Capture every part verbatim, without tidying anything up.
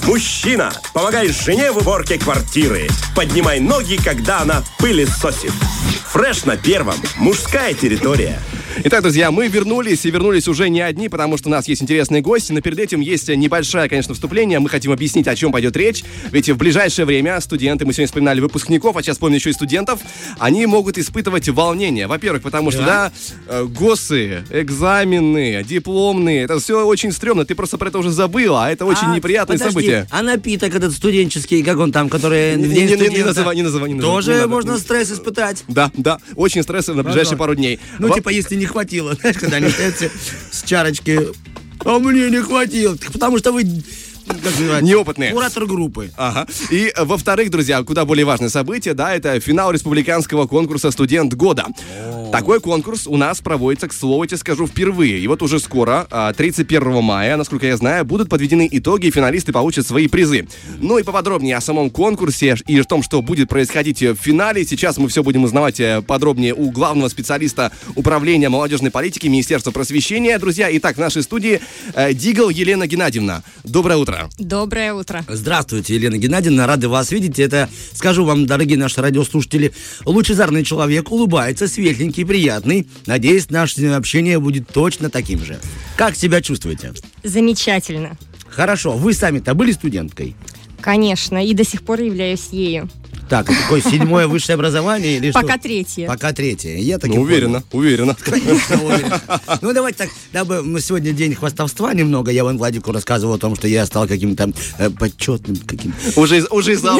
Мужчина, помогай жене в уборке квартиры. Поднимай ноги, когда она пылесосит. Фреш на первом. Мужская территория. Итак, друзья, мы вернулись, и вернулись уже не одни, потому что у нас есть интересные гости, но перед этим есть небольшое, конечно, вступление. Мы хотим объяснить, о чем пойдет речь. Ведь в ближайшее время студенты, мы сегодня вспоминали выпускников, а сейчас помню еще и студентов, они могут испытывать волнение. Во-первых, потому что, да, да госы, экзамены, дипломные, это все очень стрёмно. Ты просто про это уже забыла, а это очень а, неприятное подожди, событие. А напиток этот студенческий, как он там, который... Не, не, не, не называй, не называй, не называй. Тоже не можно надо. Стресс испытать. Да, да, очень стрессовно на ближайшие пару дней. Ну, Во... типа, если не хватило, знаешь, когда они стоят с чарочки, а мне не хватило, потому что вы... неопытные. Куратор группы. Ага. И, во-вторых, друзья, куда более важное событие, да, это финал республиканского конкурса «Студент года». О-о-о. Такой конкурс у нас проводится, к слову тебе скажу, впервые. И вот уже скоро, тридцать первого мая, насколько я знаю, будут подведены итоги, и финалисты получат свои призы. Ну и поподробнее о самом конкурсе и о том, что будет происходить в финале, сейчас мы все будем узнавать подробнее у главного специалиста управления молодежной политики Министерства просвещения. Друзья, итак, в нашей студии Дигл Елена Геннадьевна. Доброе утро. Доброе утро. Здравствуйте, Елена Геннадьевна, рады вас видеть. Это, скажу вам, дорогие наши радиослушатели, лучезарный человек, улыбается, светленький, приятный. Надеюсь, наше общение будет точно таким же. Как себя чувствуете? Замечательно. Хорошо. Вы сами-то были студенткой? Конечно, и до сих пор являюсь ею. Так, какое седьмое высшее образование или Пока что? третье. Пока третье. Я так ну, уверена, уверена. Конечно, уверена. Ну, давайте так, дабы мы сегодня день хвастовства немного, я Ван Владику рассказывал о том, что я стал каким-то э, почетным каким Уже, уже забыл.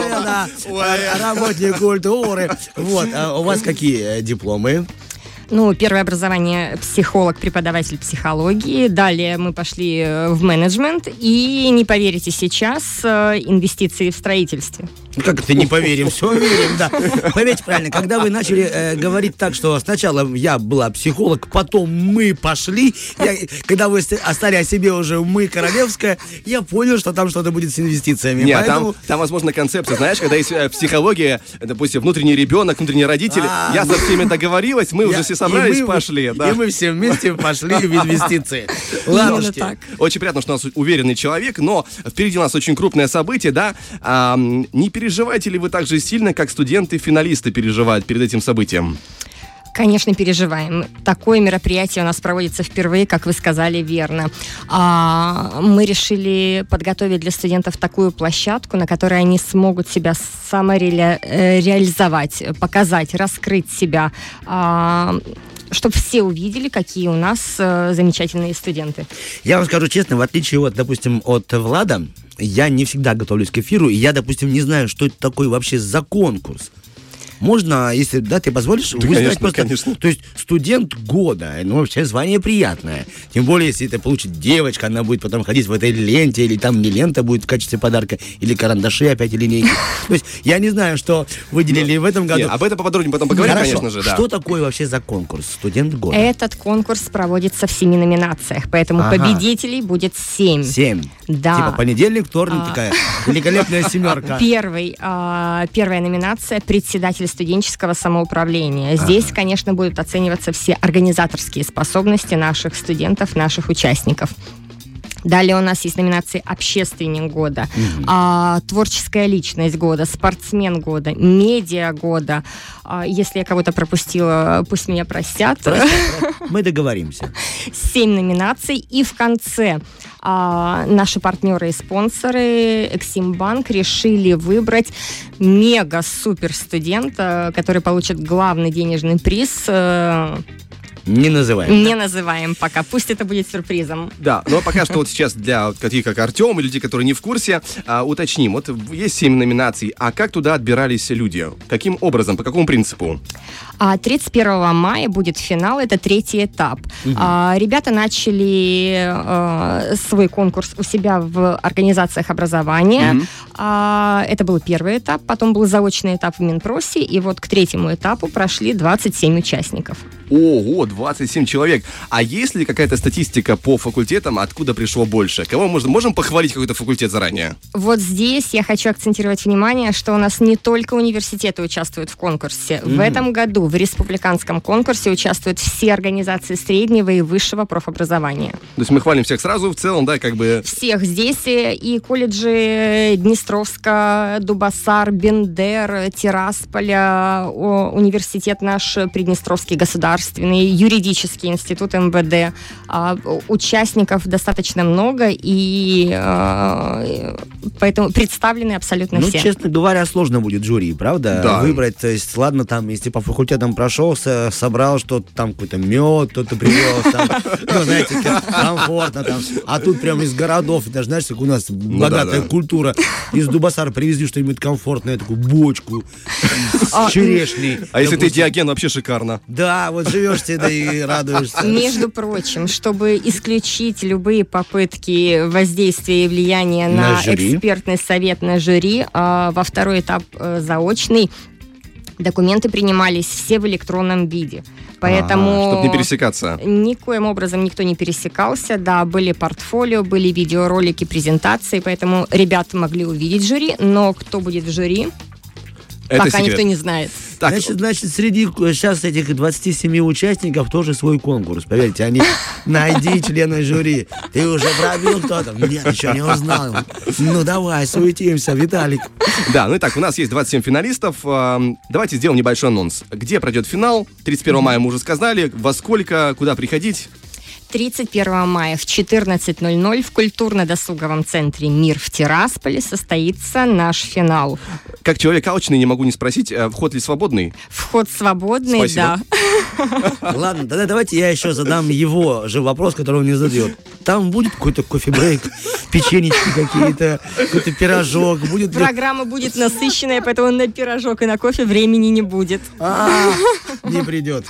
Работник культуры. Вот, а у вас какие дипломы? Ну, первое образование психолог, преподаватель психологии. Далее мы пошли в менеджмент. И, не поверите, сейчас инвестиции в строительстве. Ну, как это не поверим? Все верим, да. Поверьте правильно, когда вы начали э, говорить так, что сначала я была психолог, потом мы пошли, я, когда вы стали о себе уже мы королевская, я понял, что там что-то будет с инвестициями. Нет, Поэтому... там, там, возможно, концепция, знаешь, когда есть психология, допустим, внутренний ребенок, внутренний родитель, А, я мы... со всеми договорилась, мы я... уже все собрались, и мы, пошли. Да. И мы все вместе пошли в инвестиции. Именно так. Очень приятно, что у нас уверенный человек, но впереди у нас очень крупное событие, да. А, не переживаете ли вы так же сильно, как студенты-финалисты переживают перед этим событием? Конечно, переживаем. Такое мероприятие у нас проводится впервые, как вы сказали, верно. А, мы решили подготовить для студентов такую площадку, на которой они смогут себя самореализовать, показать, раскрыть себя, а, чтобы все увидели, какие у нас а, замечательные студенты. Я вам скажу честно, в отличие от, допустим, от Влада, я не всегда готовлюсь к эфиру, и я, допустим, не знаю, что это такое вообще за конкурс. Можно, если, да, ты позволишь, да, выставить конечно, просто, конечно. То есть студент года, ну, вообще звание приятное. Тем более, если это получит девочка, она будет потом ходить в этой ленте, или там не лента будет в качестве подарка, или карандаши опять, или линейки. То есть я не знаю, что выделили в этом году. Нет, об этом поподробнее потом поговорим, Хорошо. конечно же, да. Что такое вообще за конкурс «Студент года»? Этот конкурс проводится в семи номинациях, поэтому Ага. победителей будет семь. Семь. Да. Типа понедельник, вторник, А. такая великолепная семерка. Первый, а, первая номинация — председатель студенческого самоуправления. Здесь, ага. конечно, будут оцениваться все организаторские способности наших студентов, наших участников. Далее у нас есть номинации «Общественник года», mm-hmm. а, «Творческая личность года», «Спортсмен года», «Медиа года». А, если я кого-то пропустила, пусть меня простят. Мы договоримся. Семь номинаций. И в конце а, наши партнеры и спонсоры Эксимбанк решили выбрать мега-супер студента, который получит главный денежный приз. Не называем. Не называем пока. Пусть это будет сюрпризом. Да, но пока что вот сейчас для таких, как Артем, и людей, которые не в курсе, а, уточним. Вот есть семь номинаций, а как туда отбирались люди? Каким образом, по какому принципу? А тридцать первого мая будет финал, это третий этап. Угу. А, ребята начали а, свой конкурс у себя в организациях образования. Угу. А, это был первый этап, потом был заочный этап в Минпросе, и вот к третьему этапу прошли двадцать семь участников. Ого, двадцать семь человек. А есть ли какая-то статистика по факультетам, откуда пришло больше? Кого мы можем похвалить какой-то факультет заранее? Вот здесь я хочу акцентировать внимание, что у нас не только университеты участвуют в конкурсе. Mm-hmm. В этом году в республиканском конкурсе участвуют все организации среднего и высшего профобразования. То есть мы хвалим всех сразу, в целом, да, как бы... Всех здесь и колледжи Днестровска, Дубасар, Бендер, Тирасполя, университет наш Приднестровский государственный, юридический институт эм вэ дэ. Участников достаточно много, и поэтому представлены абсолютно ну, все. Ну, честно говоря, сложно будет жюри, правда? Да. Выбрать, то есть, ладно, там, если по факультетам прошелся, собрал что-то, там, какой-то мед, кто-то привез, там, ну, знаете, комфортно, там. А тут прям из городов, даже, знаешь, как у нас богатая культура, из Дубасара привезли что-нибудь комфортное, такую бочку с черешней. А если ты Диоген, вообще шикарно. Да, вот живешь себе, да и радуешься. Между прочим, чтобы исключить любые попытки воздействия и влияния на, На жюри. экспертный совет, на жюри, а, во второй этап а, заочный документы принимались все в электронном виде. Поэтому... А, чтобы не пересекаться. Никоим образом никто не пересекался. Да, были портфолио, были видеоролики, презентации, поэтому ребята могли увидеть жюри, но кто будет в жюри, это пока секрет. Никто не знает. Так. Значит, значит, среди сейчас этих двадцати семи участников тоже свой конкурс. Поверьте, они найди члена жюри. Ты уже пробил кто-то? Нет, еще не узнал. Ну давай, суетимся, Виталик. Да, ну и так, у нас есть двадцать семь финалистов. Давайте сделаем небольшой анонс. Где пройдет финал? тридцать первого мая мы уже сказали. Во сколько, куда приходить? тридцать первого мая в четырнадцать ноль ноль в культурно-досуговом центре «Мир» в Тирасполе состоится наш финал. Как человек алчный, не могу не спросить, вход ли свободный? Вход свободный, Спасибо. да. Ладно, тогда давайте я еще задам его же вопрос, который он не задает. Там будет какой-то кофе-брейк, печенечки какие-то, какой-то пирожок. Будет ли- Программа будет насыщенная, поэтому на пирожок и на кофе времени не будет. А, не придет.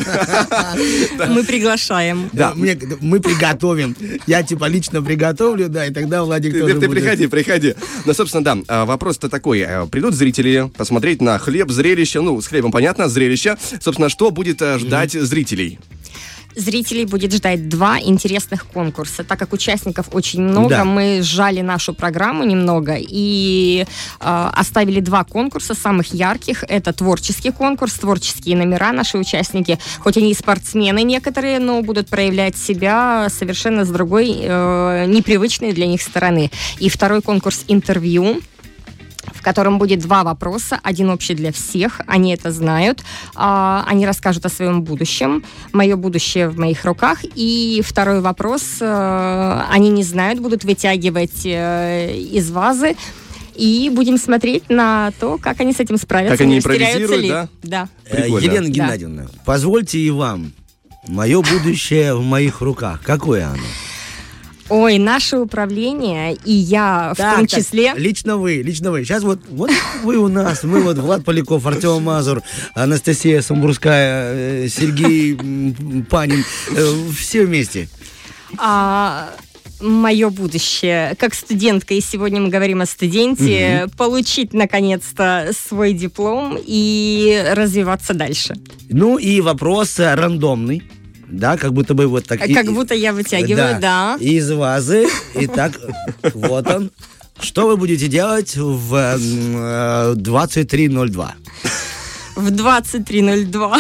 Мы приглашаем. Да, мне, мы приготовим. Я типа лично приготовлю, да, и тогда Владик Ты, тоже ты будет. приходи, приходи. Ну, собственно, да, а, вопрос-то такой. А, Придут зрители посмотреть на хлеб, зрелище. Ну, с хлебом понятно, зрелище. Собственно, что будет а, ждать mm-hmm. зрителей? Зрителей будет ждать два интересных конкурса. Так как участников очень много, Да. мы сжали нашу программу немного и э, оставили два конкурса самых ярких. Это творческий конкурс, творческие номера. Наши участники, хоть они и спортсмены некоторые, но будут проявлять себя совершенно с другой, э, непривычной для них стороны. И второй конкурс интервью, в котором будет два вопроса, один общий для всех, они это знают, а, они расскажут о своем будущем, мое будущее в моих руках, и второй вопрос, а, они не знают, будут вытягивать а, из вазы, и будем смотреть на то, как они с этим справятся, Как они не растеряются импровизируют, ли. да? Да. Э, Прикольно. Елена Да. Геннадьевна, позвольте и вам. Мое будущее в моих руках. Какое оно? Ой, наше управление, и я в Так, том так, числе... лично вы, лично вы. Сейчас вот, вот вы у нас, мы вот Влад Поляков, Артем Мазур, Анастасия Самбурская, э, Сергей м, Панин, э, все вместе. А, мое будущее как студентка, и сегодня мы говорим о студенте, угу. получить наконец-то свой диплом и развиваться дальше. Ну и вопрос э, рандомный. Да, как будто бы вот так. Как и, будто я вытягиваю, да. Из вазы. Итак, вот он. Что вы будете делать в э, двадцать три ноль два? В двадцать три ноль два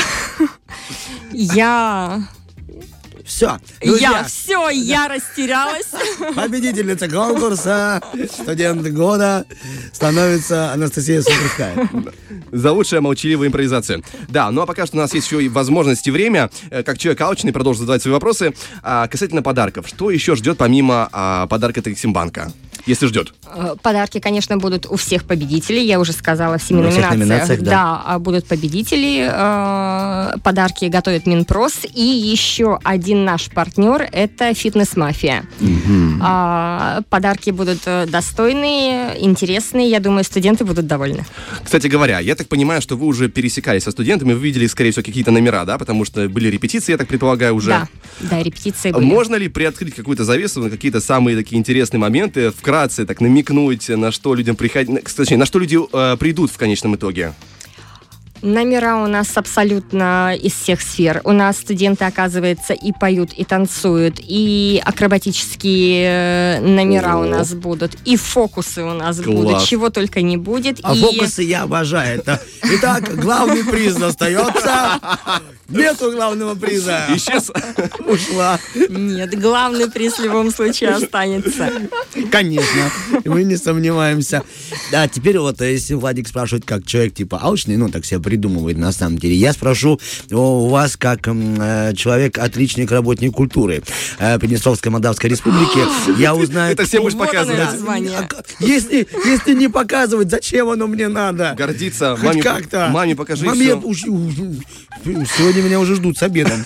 я... Все. Я все, я растерялась. Победительница конкурса «Студент года» становится Анастасия Самбурская. За лучшая молчаливая импровизация. Да, ну а пока что у нас есть еще и возможность и время, э, как человек алчный, продолжить задавать свои вопросы. А, касательно подарков, что еще ждет помимо а, подарка Таксимбанка? Если ждет. Подарки, конечно, будут у всех победителей. Я уже сказала, в семи Во всех номинациях. номинациях, да. Да, будут победители. Подарки готовит Минпрос. И еще один наш партнер – это «Фитнес-мафия». Mm-hmm. Подарки будут достойные, интересные. Я думаю, студенты будут довольны. Кстати говоря, я так понимаю, что вы уже пересекались со студентами, вы видели, скорее всего, какие-то номера, да? Потому что были репетиции, я так предполагаю, уже. Да, да, репетиции были. Можно ли приоткрыть какую-то завесу на какие-то самые такие интересные моменты, вкратце, так, на намекнуть, на что людям приходить, точнее, на что люди э, придут в конечном итоге? Номера у нас абсолютно из всех сфер. У нас студенты, оказывается, и поют, и танцуют, и акробатические номера О. у нас будут, и фокусы у нас Класс. будут, чего только не будет. А и... фокусы я обожаю. Это... Итак, главный приз остается. Нету главного приза. Исчез. Ушла. Нет, главный приз в любом случае останется. Конечно, мы не сомневаемся. Да, теперь вот, если Владик спрашивает, как человек типа алчный, ну, так себе придумывает на самом деле, я спрошу у вас, как э, человек, отличник, работник культуры э, Приднестровской Молдавской Республики, я узнаю... Это всем будешь Вот оно, показывать. название. Если, если не показывать, зачем оно мне надо? Гордиться. Хоть Маме, как-то. маме покажи Маме, всё. уж- сегодня меня уже ждут с обедом.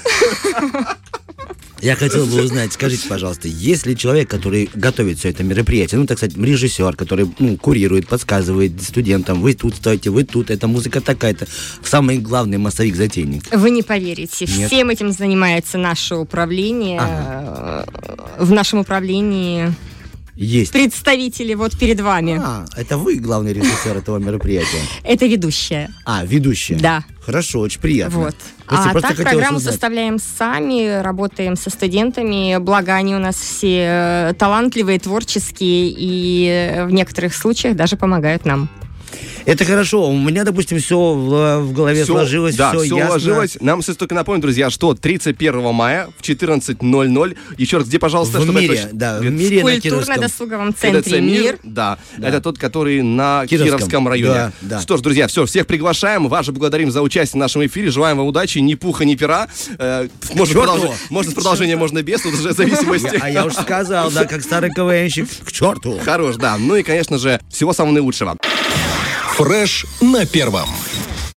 Я хотел бы узнать, скажите, пожалуйста, если человек, который готовит все это мероприятие, ну, так сказать, режиссер, который ну, курирует, подсказывает студентам, вы тут стойте, вы тут, эта музыка такая-то, самый главный массовик-затейник. Вы не поверите, Нет. всем этим занимается наше управление. Ага. В нашем управлении Есть. представители вот перед вами. А, это вы главный режиссер этого мероприятия? Это ведущая. А, ведущая? Да. Хорошо, очень приятно. Вот. Костя, А просто так хотелось программу узнать. составляем сами, работаем со студентами, благо они у нас все э, талантливые, творческие и э, в некоторых случаях даже помогают нам. Это хорошо. У меня, допустим, все в, в голове Всё, сложилось, да, все все ясно. уложилось. Нам остается только напомнить, друзья, что тридцать первого мая в четырнадцать ноль ноль. Еще раз, где, пожалуйста, В чтобы мире, это точно- да, в Где- мире В на Кировском. культурно-досуговом КДЦ центре «Мир». Да. Да. Это тот, который на Кировском. Кировском, районе. Да, да. Что ж, друзья, все, всех приглашаем. Вас же благодарим за участие в нашем эфире. Желаем вам удачи, ни пуха, ни пера. Э, можно, черту! продолжить, можно с продолжением, можно без, тут уже в зависимости. А я уж сказал, да, как старый КВНщик, к черту. Хорош, да. Ну и, конечно же, всего самого наилучшего. Фреш на первом.